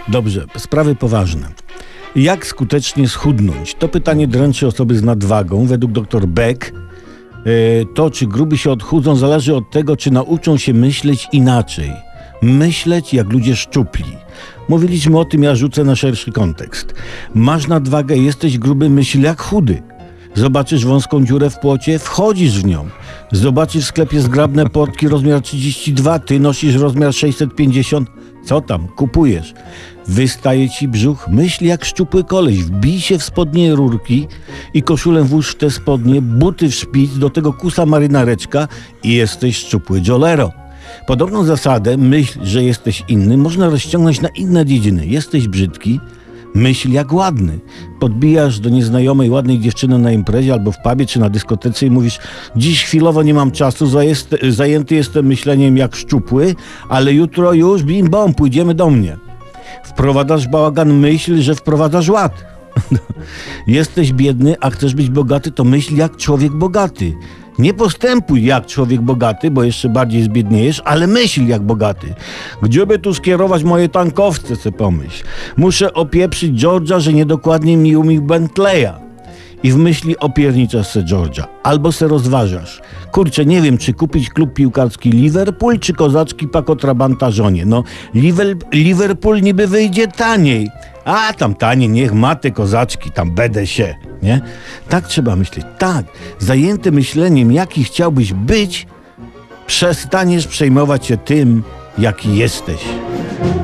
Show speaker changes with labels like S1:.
S1: Dobrze, sprawy poważne. Jak skutecznie schudnąć? To pytanie dręczy osoby z nadwagą. Według dr Beck to, czy gruby się odchudzą, zależy od tego, czy nauczą się myśleć inaczej. Myśleć jak ludzie szczupli. Mówiliśmy o tym, ja rzucę na szerszy kontekst. Masz nadwagę, jesteś gruby, myśl jak chudy. Zobaczysz wąską dziurę w płocie, wchodzisz w nią. Zobaczysz w sklepie zgrabne portki rozmiar 32, ty nosisz rozmiar 650. Co tam? Kupujesz. Wystaje ci brzuch, myśl jak szczupły koleś, wbij się w spodnie rurki i koszulę włóż w te spodnie, buty w szpic, do tego kusa marynareczka i jesteś szczupły jolero. Podobną zasadę, myśl, że jesteś inny, można rozciągnąć na inne dziedziny. Jesteś brzydki, myśl jak ładny. Podbijasz do nieznajomej, ładnej dziewczyny na imprezie albo w pubie czy na dyskotece i mówisz: dziś chwilowo nie mam czasu, zajęty jestem myśleniem jak szczupły, ale jutro już bim bom, pójdziemy do mnie. Wprowadzasz bałagan, myśl, że wprowadzasz ład. Jesteś biedny, a chcesz być bogaty, to myśl jak człowiek bogaty. Nie postępuj jak człowiek bogaty, bo jeszcze bardziej zbiedniejesz, ale myśl jak bogaty. Gdzie by tu skierować moje tankowce, se pomyśl. Muszę opieprzyć George'a, że niedokładnie mi umył Bentleya. I w myśli opierniczasz se George'a. Albo se rozważasz. Kurczę, nie wiem, czy kupić klub piłkarski Liverpool, czy kozaczki Paco Trabanta żonie. No, Liverpool niby wyjdzie taniej. A tam taniej, niech ma te kozaczki, tam będę się, nie? Tak trzeba myśleć. Tak, zajęty myśleniem, jaki chciałbyś być, przestaniesz przejmować się tym, jaki jesteś.